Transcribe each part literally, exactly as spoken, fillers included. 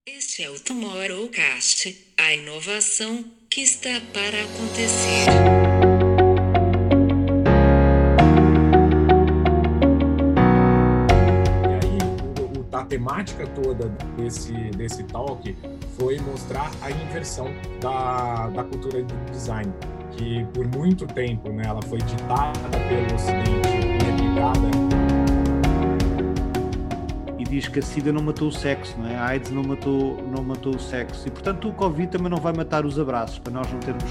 Este é o Tomorrowcast, a inovação que está para acontecer. E aí, o, o, a temática toda desse, desse talk foi mostrar a inversão da, da cultura do design, que por muito tempo, né, ela foi ditada pelo Ocidente e replicada. E diz que a SIDA não matou o sexo, não é? A AIDS não matou, não matou o sexo. E, portanto, o Covid também não vai matar os abraços, para nós não termos...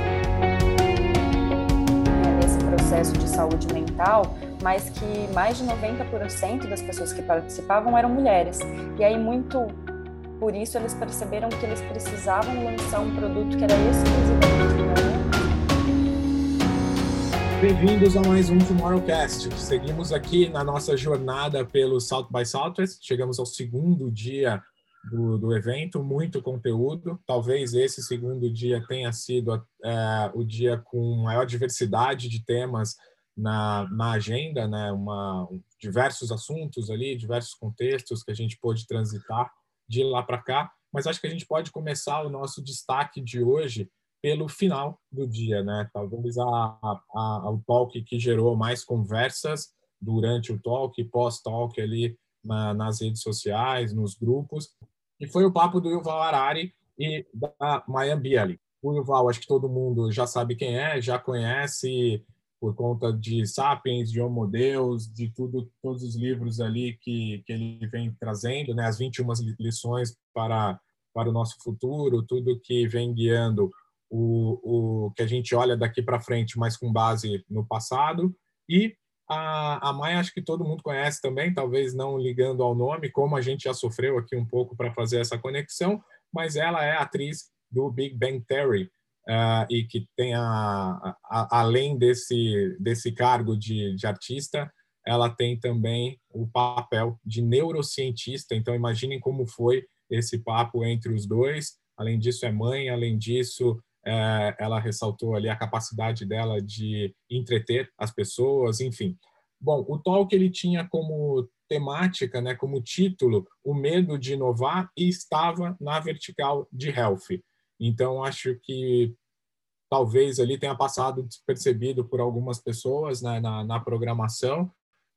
Nesse processo de saúde mental, mas que mais de noventa por cento das pessoas que participavam eram mulheres. E aí, muito por isso, eles perceberam que eles precisavam lançar um produto que era exclusivamente feminino. Bem-vindos a mais um Tomorrowcast. Seguimos aqui na nossa jornada pelo South by Southwest. Chegamos ao segundo dia do, do evento, muito conteúdo. Talvez esse segundo dia tenha sido é, o dia com maior diversidade de temas na, na agenda, né? Uma, diversos assuntos ali, diversos contextos que a gente pôde transitar de lá para cá. Mas acho que a gente pode começar o nosso destaque de hoje pelo final do dia, né? Talvez a, a, a, o talk que gerou mais conversas durante o talk e pós-talk ali na, nas redes sociais, nos grupos, e foi o papo do Yuval Harari e da Mayim Bialik. O Yuval, acho que todo mundo já sabe quem é, já conhece por conta de Sapiens, de Homo Deus, de tudo, todos os livros ali que, que ele vem trazendo, né? As vinte e uma lições para, para o nosso futuro, tudo que vem guiando O, o que a gente olha daqui para frente, mas com base no passado. E a, a Maya, acho que todo mundo conhece também, talvez não ligando ao nome, como a gente já sofreu aqui um pouco para fazer essa conexão, mas ela é atriz do Big Bang Theory, uh, e que tem, a, a, além desse, desse cargo de, de artista, ela tem também o papel de neurocientista, então imaginem como foi esse papo entre os dois. Além disso, é mãe, além disso, É, ela ressaltou ali a capacidade dela de entreter as pessoas, enfim. Bom, o talk ele tinha como temática, né, como título, o medo de inovar, e estava na vertical de health. Então, acho que talvez ali tenha passado despercebido por algumas pessoas, né, na, na programação,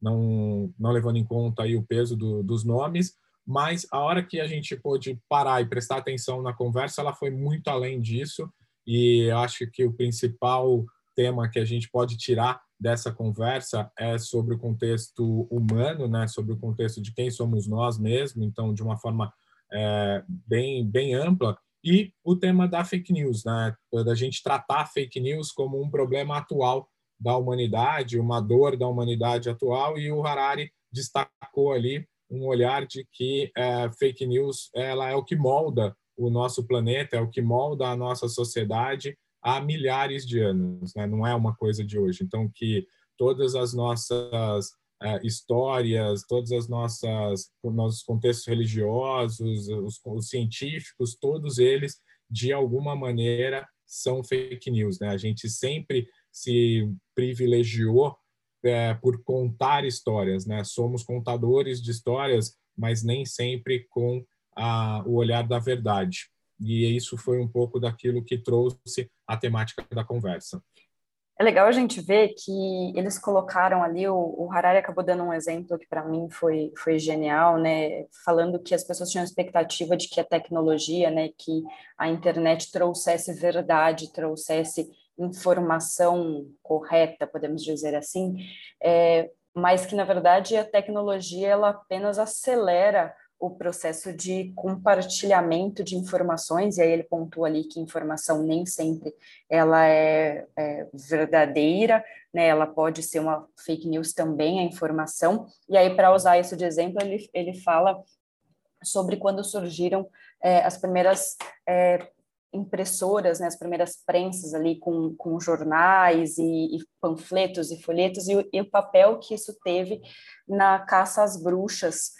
não, não levando em conta aí o peso do, dos nomes, mas a hora que a gente pôde parar e prestar atenção na conversa, ela foi muito além disso. E acho que o principal tema que a gente pode tirar dessa conversa é sobre o contexto humano, né? Sobre o contexto de quem somos nós mesmos, então, de uma forma é, bem, bem ampla. E o tema da fake news, né? Da gente tratar fake news como um problema atual da humanidade, uma dor da humanidade atual, e o Harari destacou ali um olhar de que é, fake news ela é o que molda o nosso planeta, é o que molda a nossa sociedade há milhares de anos, né? Não é uma coisa de hoje. Então, que todas as nossas é, histórias, todas as nossas nossos contextos religiosos, os, os científicos, todos eles, de alguma maneira, são fake news, né? A gente sempre se privilegiou é, por contar histórias, né? Somos contadores de histórias, mas nem sempre com a, o olhar da verdade. E isso foi um pouco daquilo que trouxe a temática da conversa. É legal a gente ver que eles colocaram ali, o, o Harari acabou dando um exemplo que para mim foi, foi genial, né? Falando que as pessoas tinham expectativa de que a tecnologia, né, que a internet trouxesse verdade, trouxesse informação correta, podemos dizer assim, é, mas que, na verdade, a tecnologia ela apenas acelera o processo de compartilhamento de informações, e aí ele pontua ali que informação nem sempre ela é, é verdadeira, né? Ela pode ser uma fake news também, a informação, e aí para usar isso de exemplo, ele, ele fala sobre quando surgiram é, as primeiras é, impressoras, né, as primeiras prensas ali com, com jornais e, e panfletos e folhetos, e, e o papel que isso teve na caça às bruxas,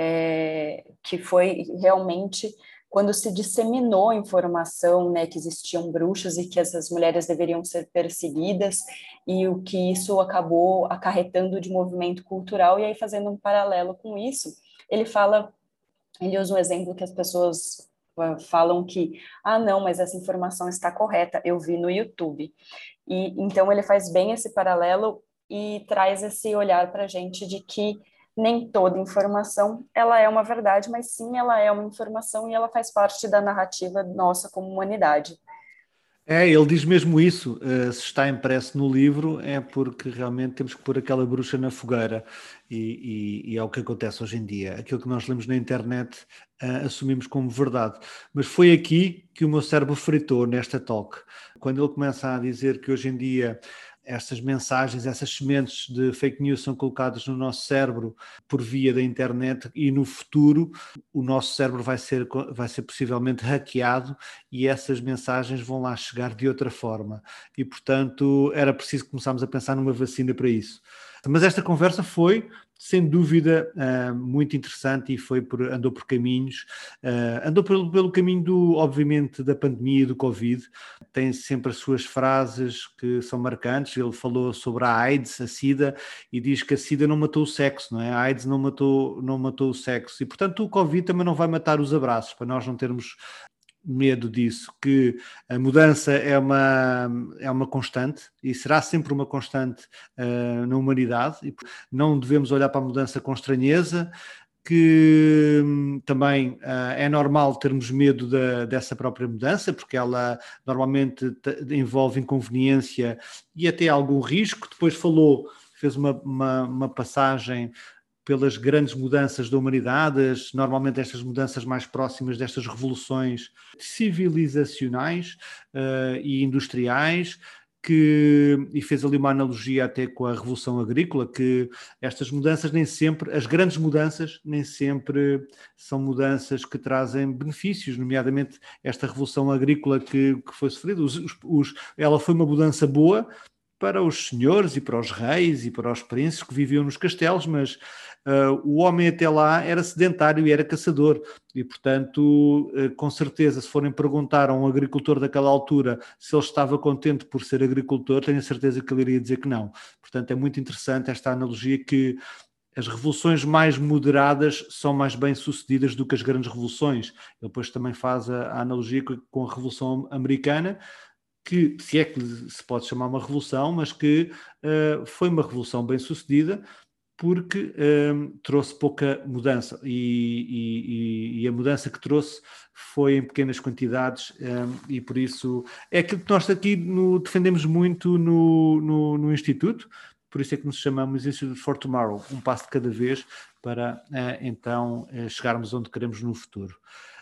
é, que foi realmente quando se disseminou a informação, né, que existiam bruxas e que essas mulheres deveriam ser perseguidas, e o que isso acabou acarretando de movimento cultural. E aí, fazendo um paralelo com isso, ele fala ele usa um exemplo que as pessoas uh, falam que, ah, não, mas essa informação está correta, eu vi no YouTube. E então ele faz bem esse paralelo e traz esse olhar para a gente de que nem toda informação ela é uma verdade, mas sim ela é uma informação e ela faz parte da narrativa nossa como humanidade. É, ele diz mesmo isso, uh, se está impresso no livro é porque realmente temos que pôr aquela bruxa na fogueira e, e, e é o que acontece hoje em dia. Aquilo que nós lemos na internet uh, assumimos como verdade. Mas foi aqui que o meu cérebro fritou nesta talk. Quando ele começa a dizer que hoje em dia estas mensagens, essas sementes de fake news são colocadas no nosso cérebro por via da internet e no futuro o nosso cérebro vai ser, vai ser possivelmente hackeado e essas mensagens vão lá chegar de outra forma. E, portanto, era preciso começarmos a pensar numa vacina para isso. Mas esta conversa foi, sem dúvida, uh, muito interessante e foi por, andou por caminhos, uh, andou pelo, pelo caminho, do, obviamente, da pandemia e do Covid. Tem sempre as suas frases que são marcantes. Ele falou sobre a AIDS, a SIDA, e diz que a SIDA não matou o sexo, não é? A AIDS não matou, não matou o sexo. E, portanto, o Covid também não vai matar os abraços, para nós não termos medo disso, que a mudança é uma, é uma constante e será sempre uma constante uh, na humanidade e não devemos olhar para a mudança com estranheza, que hum, também uh, é normal termos medo da, dessa própria mudança, porque ela normalmente t- envolve inconveniência e até algum risco. Depois falou, fez uma, uma, uma passagem pelas grandes mudanças da humanidade, normalmente estas mudanças mais próximas destas revoluções civilizacionais uh, e industriais, que, e fez ali uma analogia até com a Revolução Agrícola, que estas mudanças nem sempre, as grandes mudanças nem sempre são mudanças que trazem benefícios, nomeadamente esta Revolução Agrícola que, que foi sofrida, os, os, ela foi uma mudança boa para os senhores e para os reis e para os príncipes que viviam nos castelos, mas Uh, o homem até lá era sedentário e era caçador e, portanto, uh, com certeza, se forem perguntar a um agricultor daquela altura se ele estava contente por ser agricultor, tenho a certeza que ele iria dizer que não. Portanto, é muito interessante esta analogia que as revoluções mais moderadas são mais bem-sucedidas do que as grandes revoluções. Ele depois também faz a, a analogia com a Revolução Americana, que, se é que se pode chamar uma revolução, mas que uh, foi uma revolução bem-sucedida, porque um, trouxe pouca mudança e, e, e a mudança que trouxe foi em pequenas quantidades um, e por isso é aquilo que nós aqui no, defendemos muito no, no, no Instituto, por isso é que nos chamamos Institute for Tomorrow, um passo de cada vez para uh, então uh, chegarmos onde queremos no futuro.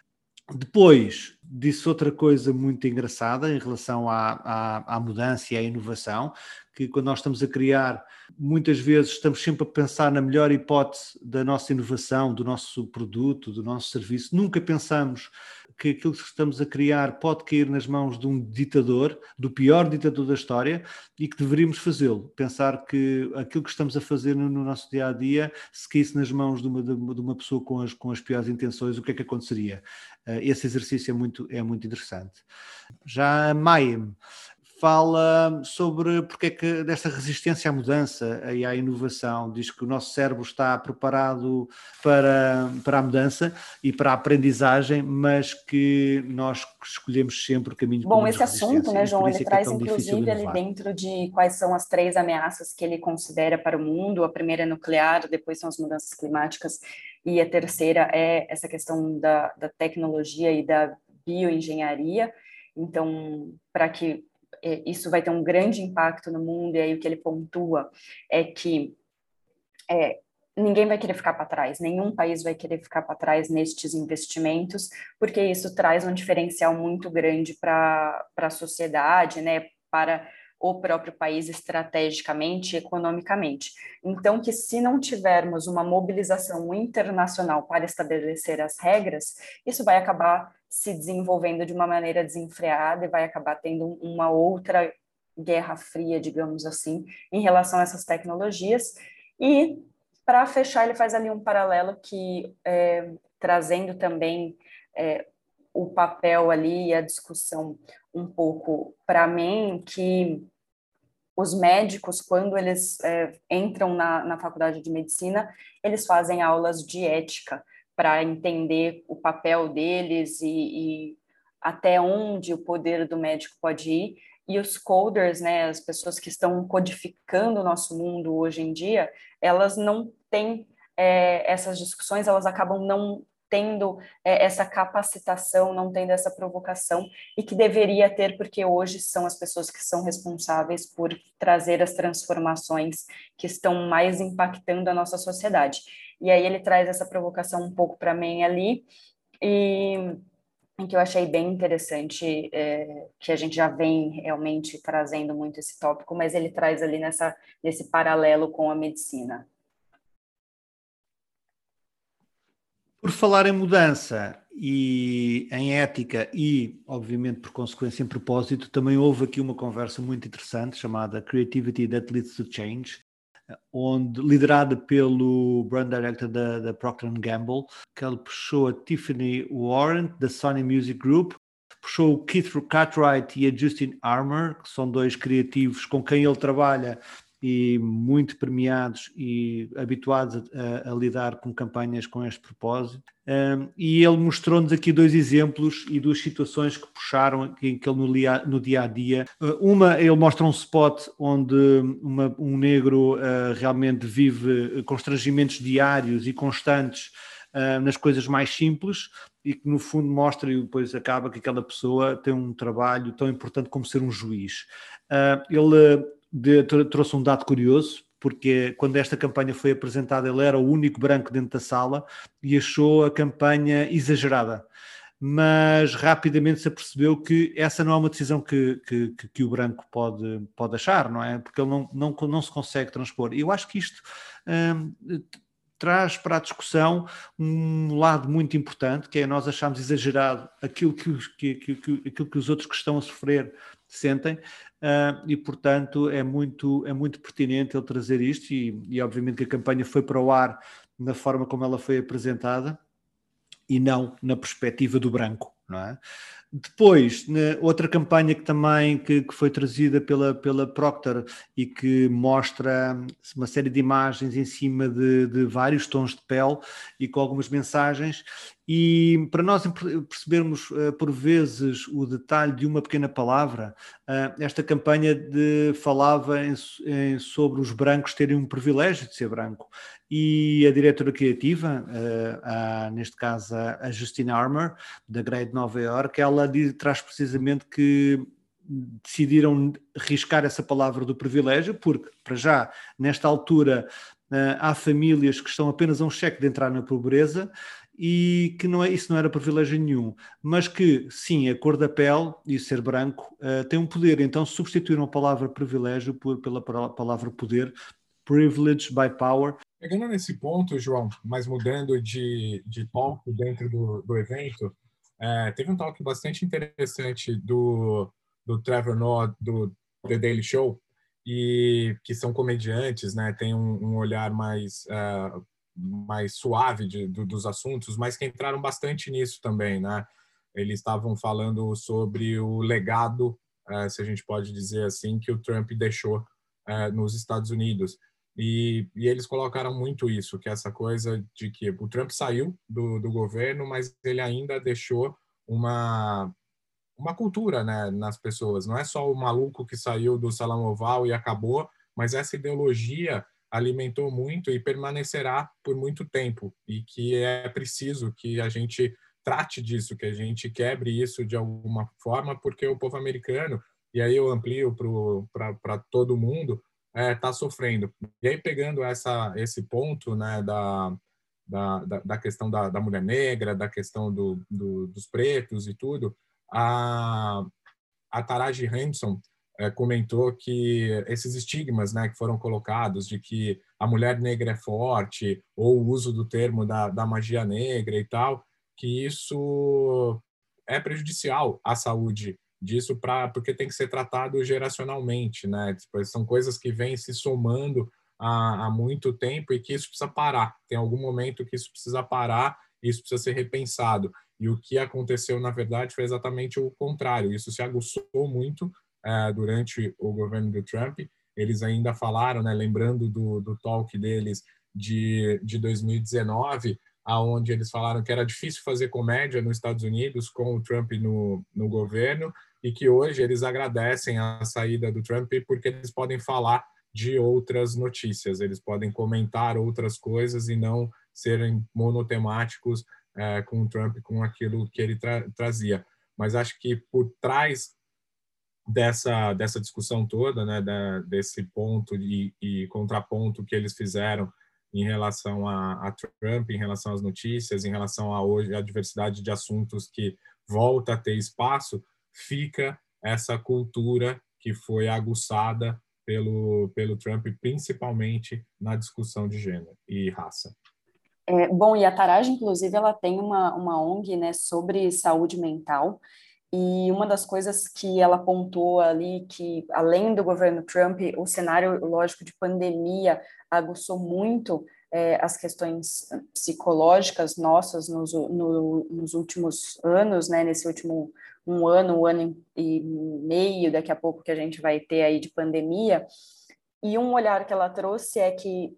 Depois disse outra coisa muito engraçada em relação à, à, à mudança e à inovação, que quando nós estamos a criar, muitas vezes estamos sempre a pensar na melhor hipótese da nossa inovação, do nosso produto, do nosso serviço. Nunca pensamos que aquilo que estamos a criar pode cair nas mãos de um ditador, do pior ditador da história, e que deveríamos fazê-lo. Pensar que aquilo que estamos a fazer no, no nosso dia-a-dia, se caísse nas mãos de uma, de uma pessoa com as, com as piores intenções, o que é que aconteceria? Uh, esse exercício é muito, é muito interessante. Já a Mayim fala sobre porque é que desta resistência à mudança e à inovação, diz que o nosso cérebro está preparado para, para a mudança e para a aprendizagem, mas que nós escolhemos sempre o caminho Bom, com esse assunto, né, João, ele é traz é inclusive ali dentro de quais são as três ameaças que ele considera para o mundo. A primeira é nuclear, depois são as mudanças climáticas e a terceira é essa questão da, da tecnologia e da bioengenharia. Então, para que isso vai ter um grande impacto no mundo, e aí o que ele pontua é que é, ninguém vai querer ficar para trás, nenhum país vai querer ficar para trás nestes investimentos, porque isso traz um diferencial muito grande para a sociedade, né, para o próprio país estrategicamente e economicamente. Então, que se não tivermos uma mobilização internacional para estabelecer as regras, isso vai acabar se desenvolvendo de uma maneira desenfreada e vai acabar tendo uma outra guerra fria, digamos assim, em relação a essas tecnologias. E, para fechar, ele faz ali um paralelo que, é, trazendo também é, o papel ali e a discussão um pouco para mim, que os médicos, quando eles é, entram na, na faculdade de medicina, eles fazem aulas de ética, para entender o papel deles e, e até onde o poder do médico pode ir. E os coders, né, as pessoas que estão codificando o nosso mundo hoje em dia, elas não têm é, essas discussões, elas acabam não tendo é, essa capacitação, não tendo essa provocação, e que deveria ter, porque hoje são as pessoas que são responsáveis por trazer as transformações que estão mais impactando a nossa sociedade. E aí ele traz essa provocação um pouco para mim ali, e que eu achei bem interessante, é, que a gente já vem realmente trazendo muito esse tópico, mas ele traz ali nessa, nesse paralelo com a medicina. Por falar em mudança e em ética e, obviamente, por consequência, em propósito, também houve aqui uma conversa muito interessante chamada Creativity That Leads to Change, onde, liderada pelo Brand Director da, da Procter and Gamble, que ele puxou a Tiffany Warren, da Sony Music Group, puxou o Keith Cartwright e a Justin Armour, que são dois criativos com quem ele trabalha e muito premiados e habituados a, a lidar com campanhas com este propósito. Um, e ele mostrou-nos aqui dois exemplos e duas situações que puxaram, em que ele no, lia, no dia a dia. Uma, ele mostra um spot onde uma, um negro uh, realmente vive constrangimentos diários e constantes uh, nas coisas mais simples, e que no fundo mostra e depois acaba que aquela pessoa tem um trabalho tão importante como ser um juiz. Uh, ele De, trouxe um dado curioso, porque quando esta campanha foi apresentada ele era o único branco dentro da sala e achou a campanha exagerada, mas rapidamente se apercebeu que essa não é uma decisão que, que, que o branco pode, pode achar, não é? Porque ele não, não, não se consegue transpor. E eu acho que isto hum, traz para a discussão um lado muito importante, que é nós acharmos exagerado aquilo que, que, que, que, aquilo que os outros que estão a sofrer sentem, uh, e portanto é muito, é muito pertinente ele trazer isto, e, e obviamente que a campanha foi para o ar na forma como ela foi apresentada e não na perspectiva do branco, não é? Depois, outra campanha que também que, que foi trazida pela, pela Procter e que mostra uma série de imagens em cima de, de vários tons de pele e com algumas mensagens, e para nós percebermos por vezes o detalhe de uma pequena palavra, esta campanha de, falava em, em, sobre os brancos terem um privilégio de ser branco, e a diretora criativa, a, a, neste caso a, a Justina Armour, da Grey de Nova Iorque, ela diz, traz precisamente que decidiram riscar essa palavra do privilégio, porque, para já, nesta altura, há famílias que estão apenas a um cheque de entrar na pobreza, e que não é, isso não era privilégio nenhum, mas que, sim, a cor da pele e ser branco uh, tem um poder, então substituíram a palavra privilégio por, pela palavra poder, privilege by power. Pegando nesse ponto, João, mas mudando de, de talk dentro do, do evento, é, teve um talk bastante interessante do, do Trevor Noah, do The Daily Show, e que são comediantes, né? Tem um, um olhar mais, uh, mais suave de, do, dos assuntos, mas que entraram bastante nisso também, né? Eles estavam falando sobre o legado, uh, se a gente pode dizer assim, que o Trump deixou uh, nos Estados Unidos. E, e eles colocaram muito isso, que é essa coisa de que o Trump saiu do, do governo, mas ele ainda deixou uma, uma cultura, né, nas pessoas. Não é só o maluco que saiu do Salão Oval e acabou, mas essa ideologia alimentou muito e permanecerá por muito tempo. E que é preciso que a gente trate disso, que a gente quebre isso de alguma forma, porque o povo americano, e aí eu amplio para todo mundo, está é, sofrendo. E aí, pegando essa, esse ponto, né, da, da, da questão da, da mulher negra, da questão do, do, dos pretos e tudo, a, a Taraji Henson é, comentou que esses estigmas, né, que foram colocados de que a mulher negra é forte, ou o uso do termo da, da magia negra e tal, que isso é prejudicial à saúde disso, pra, porque tem que ser tratado geracionalmente, né? Tipo, são coisas que vêm se somando há, há muito tempo e que isso precisa parar. Tem algum momento que isso precisa parar e isso precisa ser repensado. E o que aconteceu, na verdade, foi exatamente o contrário. Isso se aguçou muito é, durante o governo do Trump. Eles ainda falaram, né, lembrando do, do talk deles de, de dois mil e dezenove, aonde eles falaram que era difícil fazer comédia nos Estados Unidos com o Trump no, no governo, e que hoje eles agradecem a saída do Trump porque eles podem falar de outras notícias, eles podem comentar outras coisas e não serem monotemáticos é, com o Trump, com aquilo que ele tra trazia. Mas acho que por trás dessa, dessa discussão toda, né, da, desse ponto e, e contraponto que eles fizeram em relação a, a Trump, em relação às notícias, em relação a hoje a diversidade de assuntos que volta a ter espaço, fica essa cultura que foi aguçada pelo, pelo Trump, principalmente na discussão de gênero e raça. É, bom, e a Taraj, inclusive, ela tem uma, uma O N G, né, sobre saúde mental, e uma das coisas que ela apontou ali, que além do governo Trump, o cenário, lógico, de pandemia aguçou muito é, as questões psicológicas nossas nos, no, nos últimos anos, né, nesse último um ano, um ano e meio, daqui a pouco que a gente vai ter aí de pandemia. E um olhar que ela trouxe é que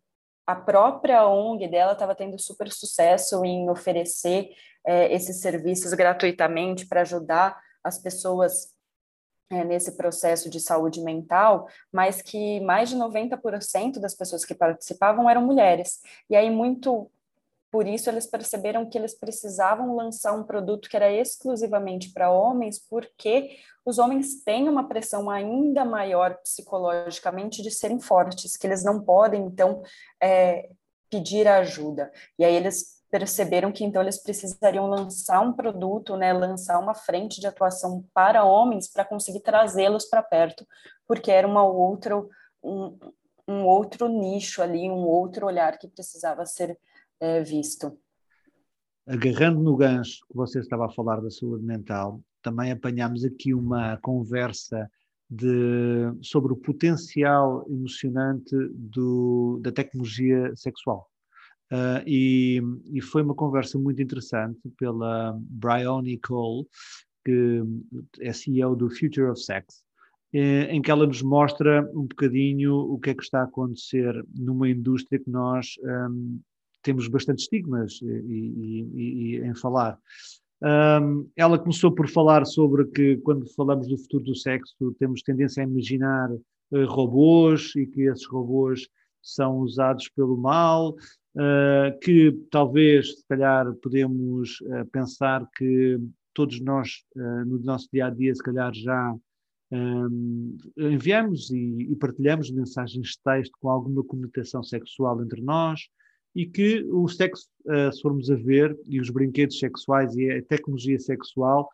a própria O N G dela estava tendo super sucesso em oferecer é, esses serviços gratuitamente para ajudar as pessoas é, nesse processo de saúde mental, mas que mais de noventa por cento das pessoas que participavam eram mulheres. E aí, muito por isso, eles perceberam que eles precisavam lançar um produto que era exclusivamente para homens, porque os homens têm uma pressão ainda maior psicologicamente de serem fortes, que eles não podem, então, é, pedir ajuda. E aí eles perceberam que, então, eles precisariam lançar um produto, né, lançar uma frente de atuação para homens para conseguir trazê-los para perto, porque era uma outra, um, um outro nicho ali, um outro olhar que precisava ser é, visto. Agarrando no gancho que você estava a falar da saúde mental, também apanhámos aqui uma conversa de, sobre o potencial emocionante do, da tecnologia sexual. Uh, e, e foi uma conversa muito interessante pela Bryony Cole, que é C E O do Future of Sex, em que ela nos mostra um bocadinho o que é que está a acontecer numa indústria que nós um, temos bastante estigmas e, e, e, e em falar. Um, ela começou por falar sobre que quando falamos do futuro do sexo temos tendência a imaginar uh, robôs e que esses robôs são usados pelo mal, uh, que talvez, se calhar, podemos uh, pensar que todos nós, uh, no nosso dia-a-dia, se calhar já um, enviamos e, e partilhamos mensagens de texto com alguma conotação sexual entre nós, e que o sexo, uh, se formos a ver, e os brinquedos sexuais e a tecnologia sexual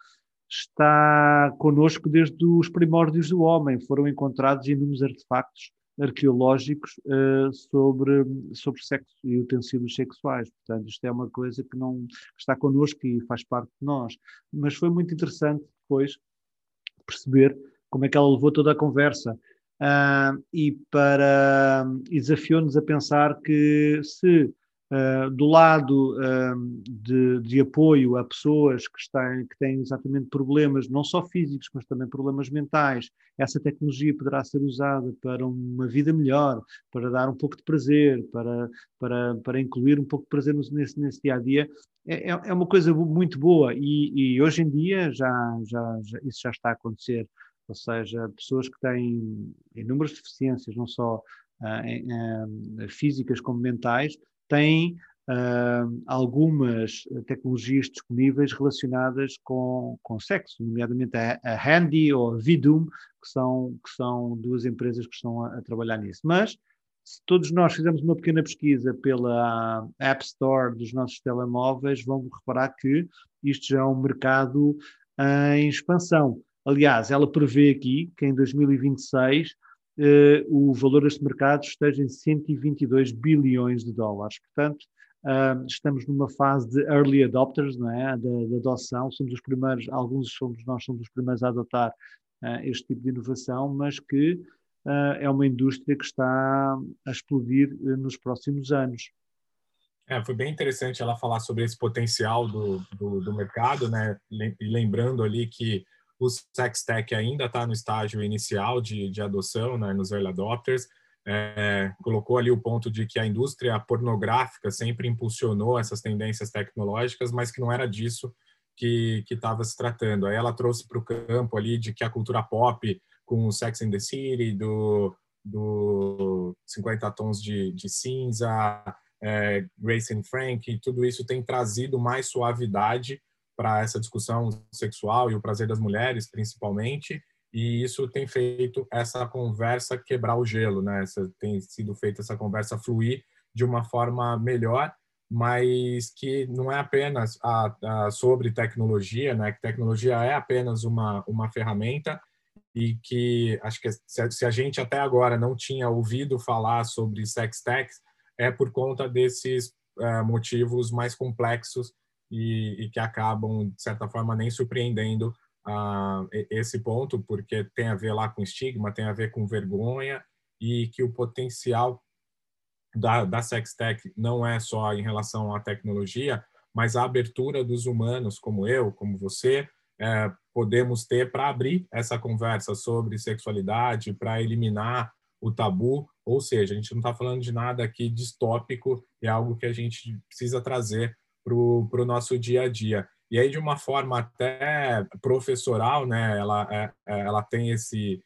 está connosco desde os primórdios do homem. Foram encontrados inúmeros artefactos arqueológicos uh, sobre, sobre sexo e utensílios sexuais. Portanto, isto é uma coisa que não que está connosco e faz parte de nós. Mas foi muito interessante depois perceber como é que ela levou toda a conversa. Uh, e para e desafiou-nos a pensar que se uh, do lado uh, de, de apoio a pessoas que, estão, que têm exatamente problemas, não só físicos, mas também problemas mentais, essa tecnologia poderá ser usada para uma vida melhor, para dar um pouco de prazer, para, para, para incluir um pouco de prazer nesse, nesse dia-a-dia, é, é uma coisa muito boa e, e hoje em dia já, já, já, isso já está a acontecer. Ou seja, pessoas que têm inúmeras deficiências, não só uh, em, uh, físicas como mentais, têm uh, algumas tecnologias disponíveis relacionadas com, com sexo, nomeadamente a, a Handy ou a Vidum, que são, que são duas empresas que estão a, a trabalhar nisso. Mas, se todos nós fizermos uma pequena pesquisa pela App Store dos nossos telemóveis, vão reparar que isto já é um mercado uh, em expansão. Aliás, ela prevê aqui que em dois mil e vinte e seis eh, o valor deste mercado esteja em cento e vinte e dois bilhões de dólares. Portanto, uh, estamos numa fase de early adopters, não é? Da, da adoção. Somos os primeiros, alguns somos nós somos os primeiros a adotar uh, este tipo de inovação, mas que uh, é uma indústria que está a explodir uh, nos próximos anos. É, foi bem interessante ela falar sobre esse potencial do, do, do mercado, né? E lembrando ali que o Sextech ainda está no estágio inicial de, de adoção, né, nos early adopters, é, colocou ali o ponto de que a indústria pornográfica sempre impulsionou essas tendências tecnológicas, mas que não era disso que estava se tratando. Aí ela trouxe para o campo ali de que a cultura pop, com o Sex and the City, do, do cinquenta Tons de, de Cinza, é, Grace and Frank, tudo isso tem trazido mais suavidade para essa discussão sexual e o prazer das mulheres, principalmente, e isso tem feito essa conversa quebrar o gelo, né? Essa, tem sido feita essa conversa fluir de uma forma melhor, mas que não é apenas a, a, sobre tecnologia, né? Que tecnologia é apenas uma, uma ferramenta e que acho que se, se a gente até agora não tinha ouvido falar sobre sex tech, é por conta desses uh, motivos mais complexos e, e que acabam, de certa forma, nem surpreendendo uh, esse ponto, porque tem a ver lá com estigma, tem a ver com vergonha, e que o potencial da, da Sextech não é só em relação à tecnologia, mas a abertura dos humanos, como eu, como você, é, podemos ter para abrir essa conversa sobre sexualidade, para eliminar o tabu, ou seja, a gente não está falando de nada aqui distópico, é algo que a gente precisa trazer para o nosso dia a dia. E aí, de uma forma até professoral, né, ela, é, ela tem esse,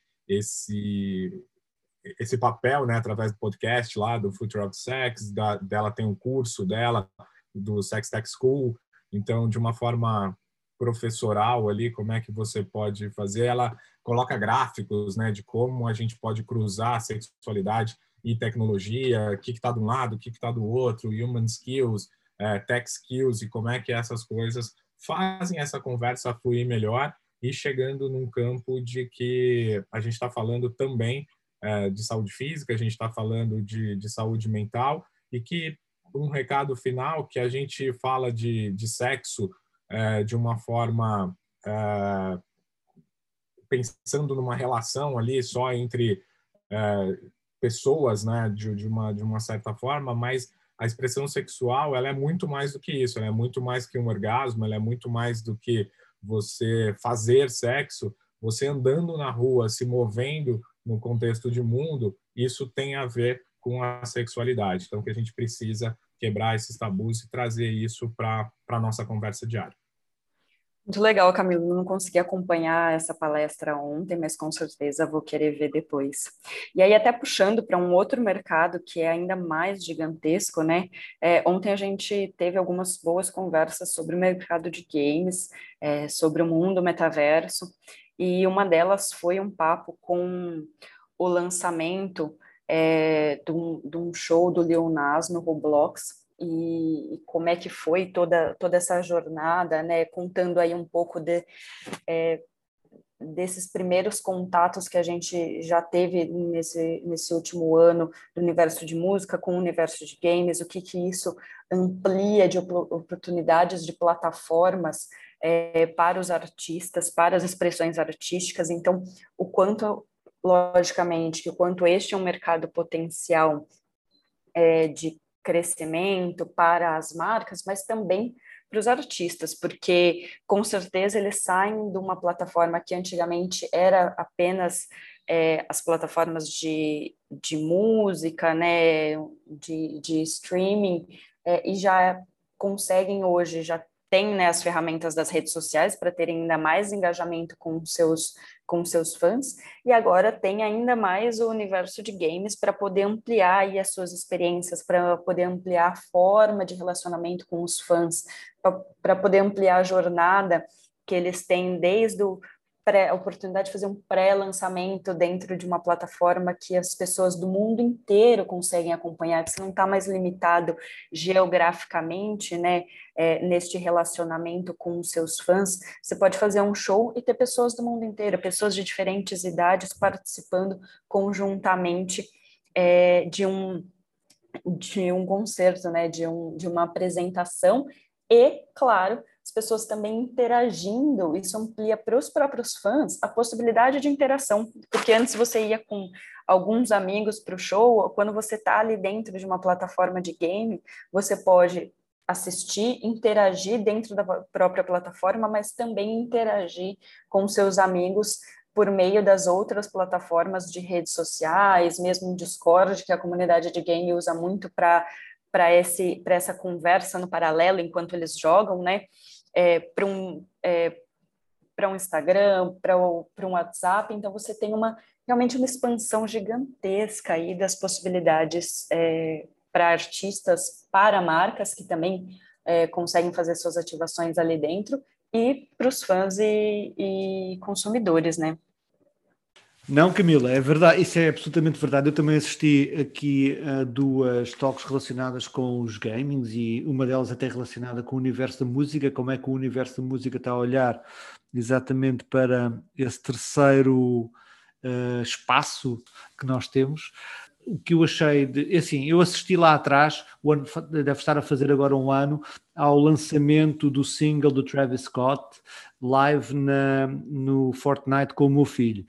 esse, esse papel, né, através do podcast lá, do Future of Sex, da, dela tem um curso dela, do Sex Tech School, então, de uma forma professoral ali, como é que você pode fazer? Ela coloca gráficos, né, de como a gente pode cruzar sexualidade e tecnologia, o que está de um lado, o que está do outro, human skills, é, tech skills, e como é que essas coisas fazem essa conversa fluir melhor e chegando num campo de que a gente está falando também é, de saúde física, a gente está falando de, de saúde mental, e que um recado final que a gente fala de, de sexo é, de uma forma é, pensando numa relação ali só entre é, pessoas, né, de, de, uma, de uma certa forma, mas a expressão sexual ela é muito mais do que isso, ela é muito mais que um orgasmo, ela é muito mais do que você fazer sexo, você andando na rua, se movendo no contexto de mundo, isso tem a ver com a sexualidade. Então, que a gente precisa quebrar esses tabus e trazer isso para a nossa conversa diária. Muito legal, Camilo. Não consegui acompanhar essa palestra ontem, mas com certeza vou querer ver depois. E aí, até puxando para um outro mercado que é ainda mais gigantesco, né? É, ontem a gente teve algumas boas conversas sobre o mercado de games, é, sobre o mundo metaverso, e uma delas foi um papo com o lançamento é, de, um, de um show do Lil Nas no Roblox. E, e como é que foi toda, toda essa jornada, né? Contando aí um pouco de, é, desses primeiros contatos que a gente já teve nesse, nesse último ano do universo de música com o universo de games, o que, que isso amplia de oportunidades de plataformas é, para os artistas, para as expressões artísticas. Então, o quanto, logicamente, o quanto este é um mercado potencial é, de crescimento para as marcas, mas também para os artistas, porque com certeza eles saem de uma plataforma que antigamente era apenas é, as plataformas de, de música, né, de, de streaming, é, e já conseguem hoje, já tem, né, as ferramentas das redes sociais para terem ainda mais engajamento com seus com seus fãs, e agora tem ainda mais o universo de games para poder ampliar aí as suas experiências, para poder ampliar a forma de relacionamento com os fãs, para poder ampliar a jornada que eles têm desde o pré, a oportunidade de fazer um pré-lançamento dentro de uma plataforma que as pessoas do mundo inteiro conseguem acompanhar, que você não está mais limitado geograficamente, né, é, neste relacionamento com os seus fãs. Você pode fazer um show e ter pessoas do mundo inteiro, pessoas de diferentes idades participando conjuntamente é, de um de um concerto, né, de, um, de uma apresentação e, claro, as pessoas também interagindo, isso amplia para os próprios fãs a possibilidade de interação, porque antes você ia com alguns amigos para o show, quando você está ali dentro de uma plataforma de game, você pode assistir, interagir dentro da própria plataforma, mas também interagir com seus amigos por meio das outras plataformas de redes sociais, mesmo o Discord, que a comunidade de game usa muito para para esse para essa conversa no paralelo enquanto eles jogam, né? É, para um é, para um Instagram, para um WhatsApp. Então você tem uma realmente uma expansão gigantesca aí das possibilidades é, para artistas, para marcas que também é, conseguem fazer suas ativações ali dentro, e para os fãs e, e consumidores, né? Não, Camila, é verdade, isso é absolutamente verdade. Eu também assisti aqui a duas talks relacionadas com os gamings e uma delas até relacionada com o universo da música, como é que o universo da música está a olhar exatamente para esse terceiro uh, espaço que nós temos. O que eu achei de, assim, eu assisti lá atrás, o ano, deve estar a fazer agora um ano, ao lançamento do single do Travis Scott, live na, no Fortnite com o meu filho.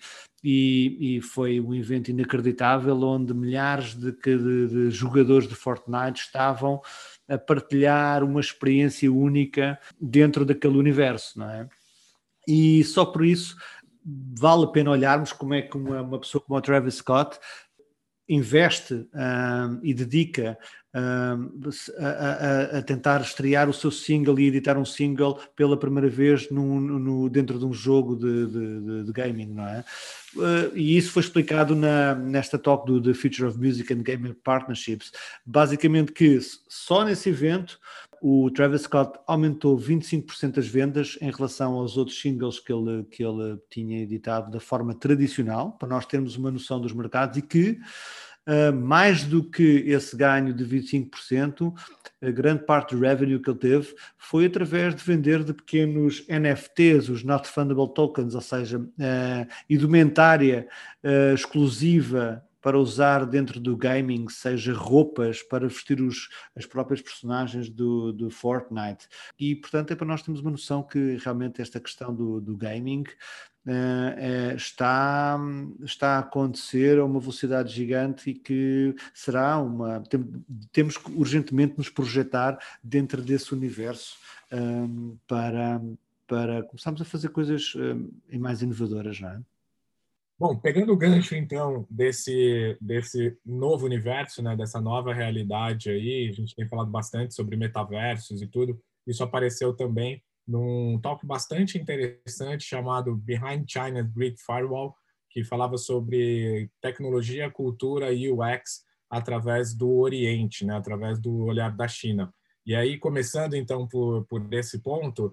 E, e foi um evento inacreditável, onde milhares de, de, de jogadores de Fortnite estavam a partilhar uma experiência única dentro daquele universo, não é? E só por isso vale a pena olharmos como é que uma, uma pessoa como o Travis Scott investe um, e dedica um, a, a, a tentar estrear o seu single e editar um single pela primeira vez no, no, dentro de um jogo de, de, de gaming, não é? Uh, e isso foi explicado na, nesta talk do The Future of Music and Gaming Partnerships. Basicamente que só nesse evento o Travis Scott aumentou vinte e cinco por cento das vendas em relação aos outros singles que ele, que ele tinha editado da forma tradicional, para nós termos uma noção dos mercados, e que uh, mais do que esse ganho de vinte e cinco por cento, a grande parte do revenue que ele teve foi através de vender de pequenos N F Ts, os Not Fundable Tokens, ou seja, uh, indumentária uh, exclusiva para usar dentro do gaming, seja roupas para vestir os, as próprias personagens do, do Fortnite. E, portanto, é para nós termos uma noção que realmente esta questão do, do gaming uh, uh, está, está a acontecer a uma velocidade gigante, e que será uma... Tem, temos que urgentemente nos projetar dentro desse universo um, para, para começarmos a fazer coisas um, mais inovadoras, não é? Bom, pegando o gancho, então, desse, desse novo universo, né, dessa nova realidade aí, a gente tem falado bastante sobre metaversos e tudo, isso apareceu também num talk bastante interessante chamado Behind China's Great Firewall, que falava sobre tecnologia, cultura e U X através do Oriente, né, através do olhar da China. E aí, começando, então, por, por esse ponto,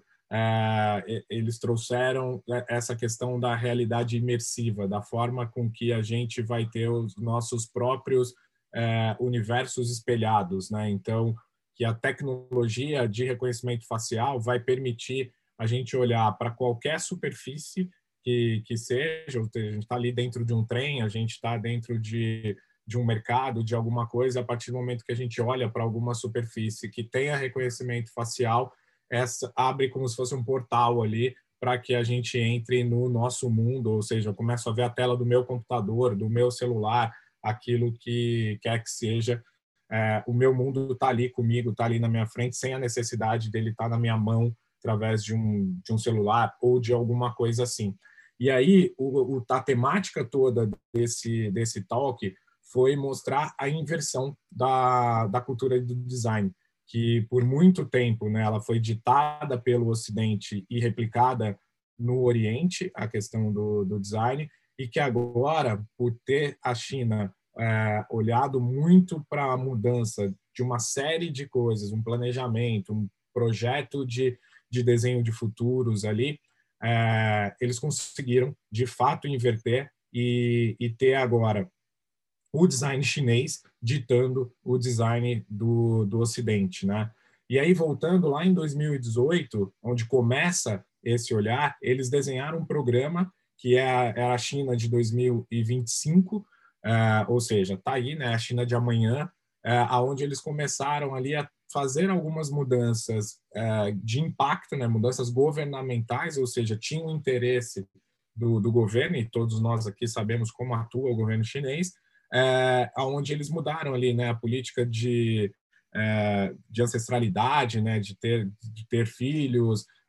É, eles trouxeram essa questão da realidade imersiva, da forma com que a gente vai ter os nossos próprios é, universos espelhados, né? Então, que a tecnologia de reconhecimento facial vai permitir a gente olhar para qualquer superfície que, que seja, a gente está ali dentro de um trem, a gente está dentro de, de um mercado, de alguma coisa, a partir do momento que a gente olha para alguma superfície que tenha reconhecimento facial, essa abre como se fosse um portal ali para que a gente entre no nosso mundo, ou seja, eu começo a ver a tela do meu computador, do meu celular, aquilo que quer que seja, é, o meu mundo está ali comigo, está ali na minha frente, sem a necessidade dele estar na minha mão através de um, de um celular ou de alguma coisa assim. E aí, o, o, a temática toda desse, desse talk foi mostrar a inversão da, da cultura do design, que por muito tempo, né, ela foi ditada pelo Ocidente e replicada no Oriente, a questão do, do design, e que agora, por ter a China é, olhado muito para a mudança de uma série de coisas, um planejamento, um projeto de, de desenho de futuros ali, é, eles conseguiram, de fato, inverter e, e ter agora o design chinês ditando o design do, do Ocidente, né? E aí, voltando lá em dois mil e dezoito, onde começa esse olhar, eles desenharam um programa que é, é a China de dois mil e vinte e cinco, uh, ou seja, tá aí, né, a China de amanhã, uh, aonde eles começaram ali a fazer algumas mudanças uh, de impacto, né, mudanças governamentais, ou seja, tinham interesse do, do governo, e todos nós aqui sabemos como atua o governo chinês, É, onde eles mudaram ali, né, a política de, é, de ancestralidade, né, de ter, de ter filhos,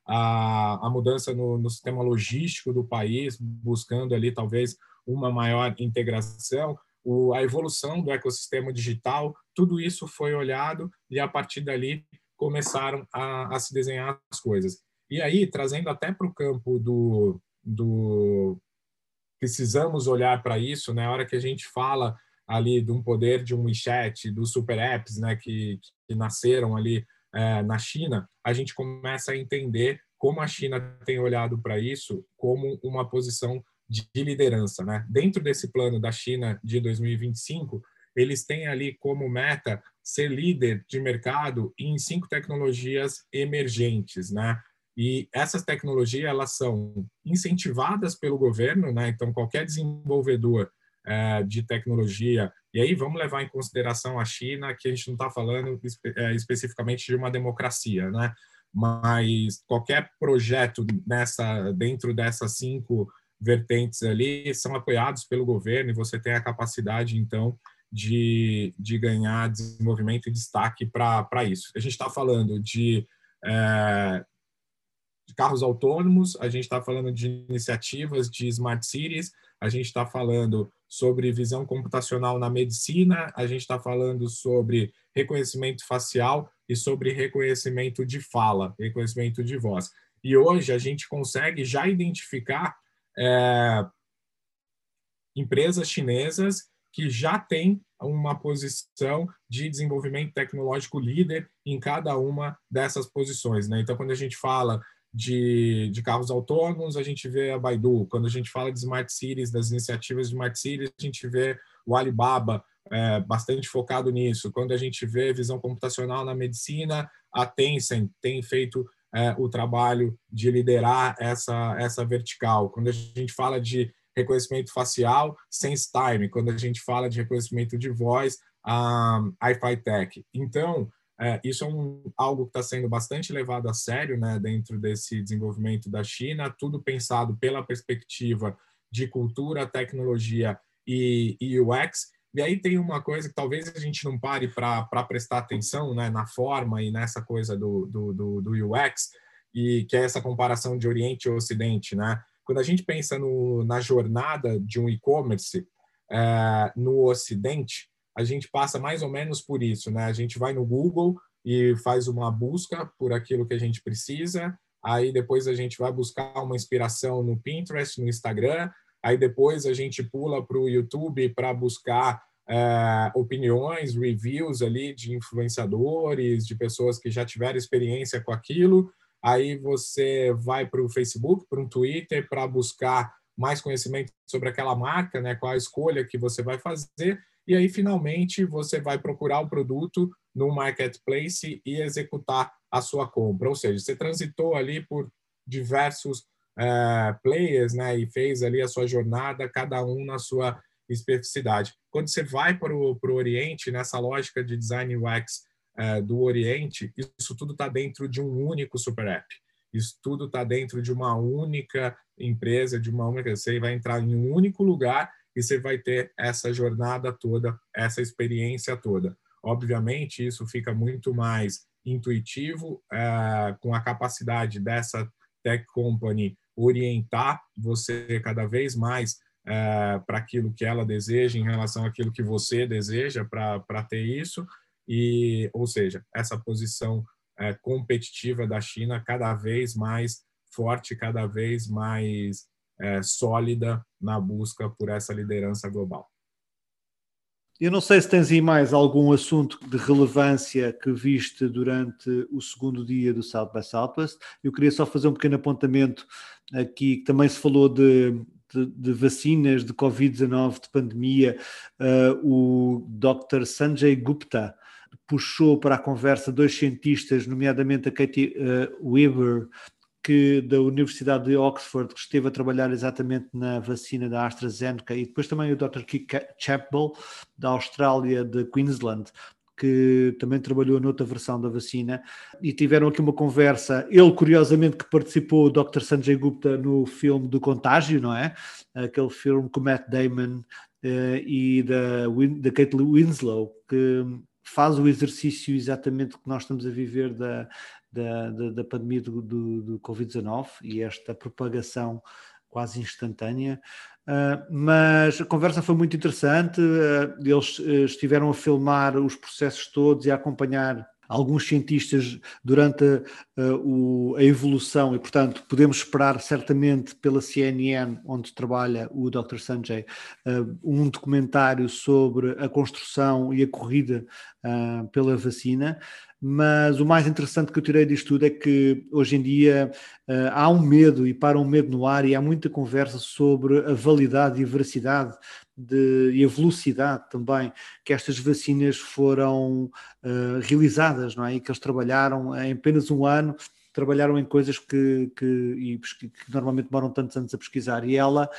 a, a mudança no, no sistema logístico do país, buscando ali talvez uma maior integração, o, a evolução do ecossistema digital, tudo isso foi olhado e a partir dali começaram a, a se desenhar as coisas. E aí, trazendo até para o campo do, do... Precisamos olhar para isso, né? A hora que a gente fala ali de um poder de um WeChat, dos super apps, né, que, que nasceram ali é, na China, a gente começa a entender como a China tem olhado para isso como uma posição de liderança, né? Dentro desse plano da China de dois mil e vinte e cinco, eles têm ali como meta ser líder de mercado em cinco tecnologias emergentes, né? E essas tecnologias, elas são incentivadas pelo governo, né? Então, qualquer desenvolvedor é, de tecnologia, e aí vamos levar em consideração a China, que a gente não está falando espe é, especificamente de uma democracia, né? Mas qualquer projeto nessa, dentro dessas cinco vertentes ali são apoiados pelo governo e você tem a capacidade, então, de, de ganhar desenvolvimento e destaque para isso. A gente está falando de, é, de carros autônomos, a gente está falando de iniciativas de smart cities, a gente está falando sobre visão computacional na medicina, a gente está falando sobre reconhecimento facial e sobre reconhecimento de fala, reconhecimento de voz. E hoje a gente consegue já identificar é, empresas chinesas que já têm uma posição de desenvolvimento tecnológico líder em cada uma dessas posições, né? Então, quando a gente fala de, de carros autônomos, a gente vê a Baidu. Quando a gente fala de Smart Cities, das iniciativas de Smart Cities, a gente vê o Alibaba, é, bastante focado nisso. Quando a gente vê visão computacional na medicina, a Tencent tem feito é, o trabalho de liderar essa, essa vertical. Quando a gente fala de reconhecimento facial, SenseTime. Quando a gente fala de reconhecimento de voz, a iFiTech. Então, é, isso é um, algo que está sendo bastante levado a sério, né, dentro desse desenvolvimento da China, tudo pensado pela perspectiva de cultura, tecnologia e, e U X. E aí tem uma coisa que talvez a gente não pare para prestar atenção, né, na forma e nessa coisa do, do, do, do U X, e que é essa comparação de Oriente e Ocidente, né? Quando a gente pensa no, na jornada de um e-commerce é, no Ocidente, a gente passa mais ou menos por isso, né? A gente vai no Google e faz uma busca por aquilo que a gente precisa, aí depois a gente vai buscar uma inspiração no Pinterest, no Instagram, aí depois a gente pula para o YouTube para buscar é, opiniões, reviews ali de influenciadores, de pessoas que já tiveram experiência com aquilo. Aí você vai para o Facebook, para um Twitter, para buscar mais conhecimento sobre aquela marca, né? Qual a escolha que você vai fazer. E aí, finalmente, você vai procurar o produto no marketplace e executar a sua compra. Ou seja, você transitou ali por diversos é, players, né? E fez ali a sua jornada, cada um na sua especificidade. Quando você vai para o Oriente, nessa lógica de design U X do Oriente, isso tudo está dentro de um único super app. Isso tudo está dentro de uma única empresa, de uma única... Você vai entrar em um único lugar e você vai ter essa jornada toda, essa experiência toda. Obviamente, isso fica muito mais intuitivo, é, com a capacidade dessa tech company orientar você cada vez mais é, para aquilo que ela deseja em relação àquilo que você deseja para ter isso. E, ou seja, essa posição é, competitiva da China cada vez mais forte, cada vez mais é, sólida na busca por essa liderança global. Eu não sei se tens aí mais algum assunto de relevância que viste durante o segundo dia do South by Southwest. Eu queria só fazer um pequeno apontamento aqui, que também se falou de, de, de vacinas, de covid dezanove, de pandemia. Uh, o doutor Sanjay Gupta puxou para a conversa dois cientistas, nomeadamente a Katie uh, Weber, que da Universidade de Oxford, que esteve a trabalhar exatamente na vacina da AstraZeneca, e depois também o doutor Keith Chappell, da Austrália, de Queensland, que também trabalhou noutra versão da vacina, e tiveram aqui uma conversa. Ele, curiosamente, que participou, o doutor Sanjay Gupta, no filme do Contágio, não é? Aquele filme com Matt Damon uh, e da, da Kate Winslow, que faz o exercício exatamente que nós estamos a viver da, da, da, da pandemia do, do, do covid dezanove e esta propagação quase instantânea. Uh, mas a conversa foi muito interessante, uh, eles uh, estiveram a filmar os processos todos e a acompanhar alguns cientistas durante uh, o, a evolução e, portanto, podemos esperar certamente pela C N N, onde trabalha o doutor Sanjay, uh, um documentário sobre a construção e a corrida uh, pela vacina. Mas o mais interessante que eu tirei disto tudo é que hoje em dia uh, há um medo e para um medo no ar e há muita conversa sobre a validade e a veracidade de, e a velocidade também que estas vacinas foram uh, realizadas, não é? E que eles trabalharam em apenas um ano, trabalharam em coisas que, que, e, que normalmente demoram tantos anos a pesquisar, e ela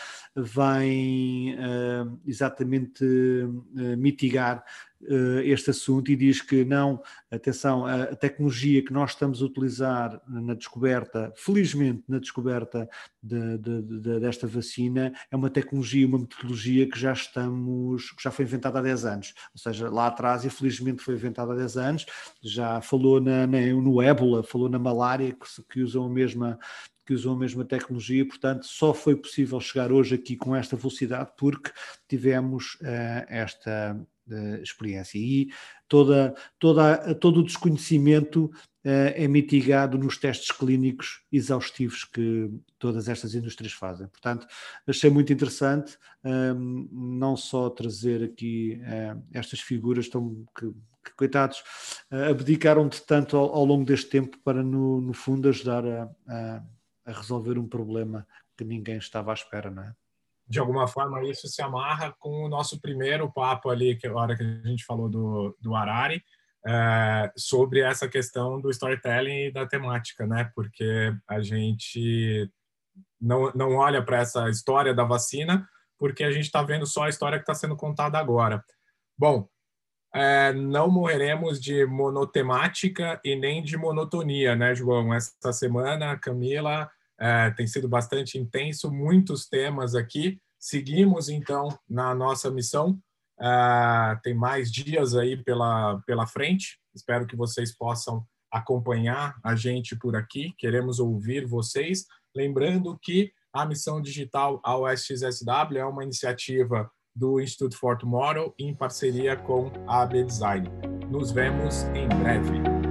vem uh, exatamente uh, mitigar uh, este assunto e diz que não, atenção, a, a tecnologia que nós estamos a utilizar na descoberta, felizmente na descoberta de, de, de, desta vacina, é uma tecnologia, uma metodologia que já estamos, que já foi inventada há dez anos, ou seja, lá atrás, infelizmente foi inventada há dez anos, já falou na, na, no ébola, falou na malária, que, que usam a mesma que usam a mesma tecnologia, portanto só foi possível chegar hoje aqui com esta velocidade porque tivemos uh, esta uh, experiência e toda, toda, todo o desconhecimento uh, é mitigado nos testes clínicos exaustivos que todas estas indústrias fazem. Portanto, achei muito interessante um, não só trazer aqui uh, estas figuras tão que, que coitados, uh, abdicaram de tanto ao, ao longo deste tempo para no, no fundo ajudar a, a a resolver um problema que ninguém estava à espera, não é? De alguma forma, isso se amarra com o nosso primeiro papo ali, que a hora que a gente falou do, do Harari, é, sobre essa questão do storytelling e da temática, né? Porque a gente não, não olha para essa história da vacina, porque a gente está vendo só a história que está sendo contada agora. Bom, é, não morreremos de monotemática e nem de monotonia, né, João? Essa semana, Camila, é, tem sido bastante intenso, muitos temas aqui. Seguimos, então, na nossa missão. É, tem mais dias aí pela, pela frente. Espero que vocês possam acompanhar a gente por aqui. Queremos ouvir vocês. Lembrando que a Missão Digital A O S X S W é uma iniciativa do Institute for Tomorrow em parceria com a A B Design. Nos vemos em breve.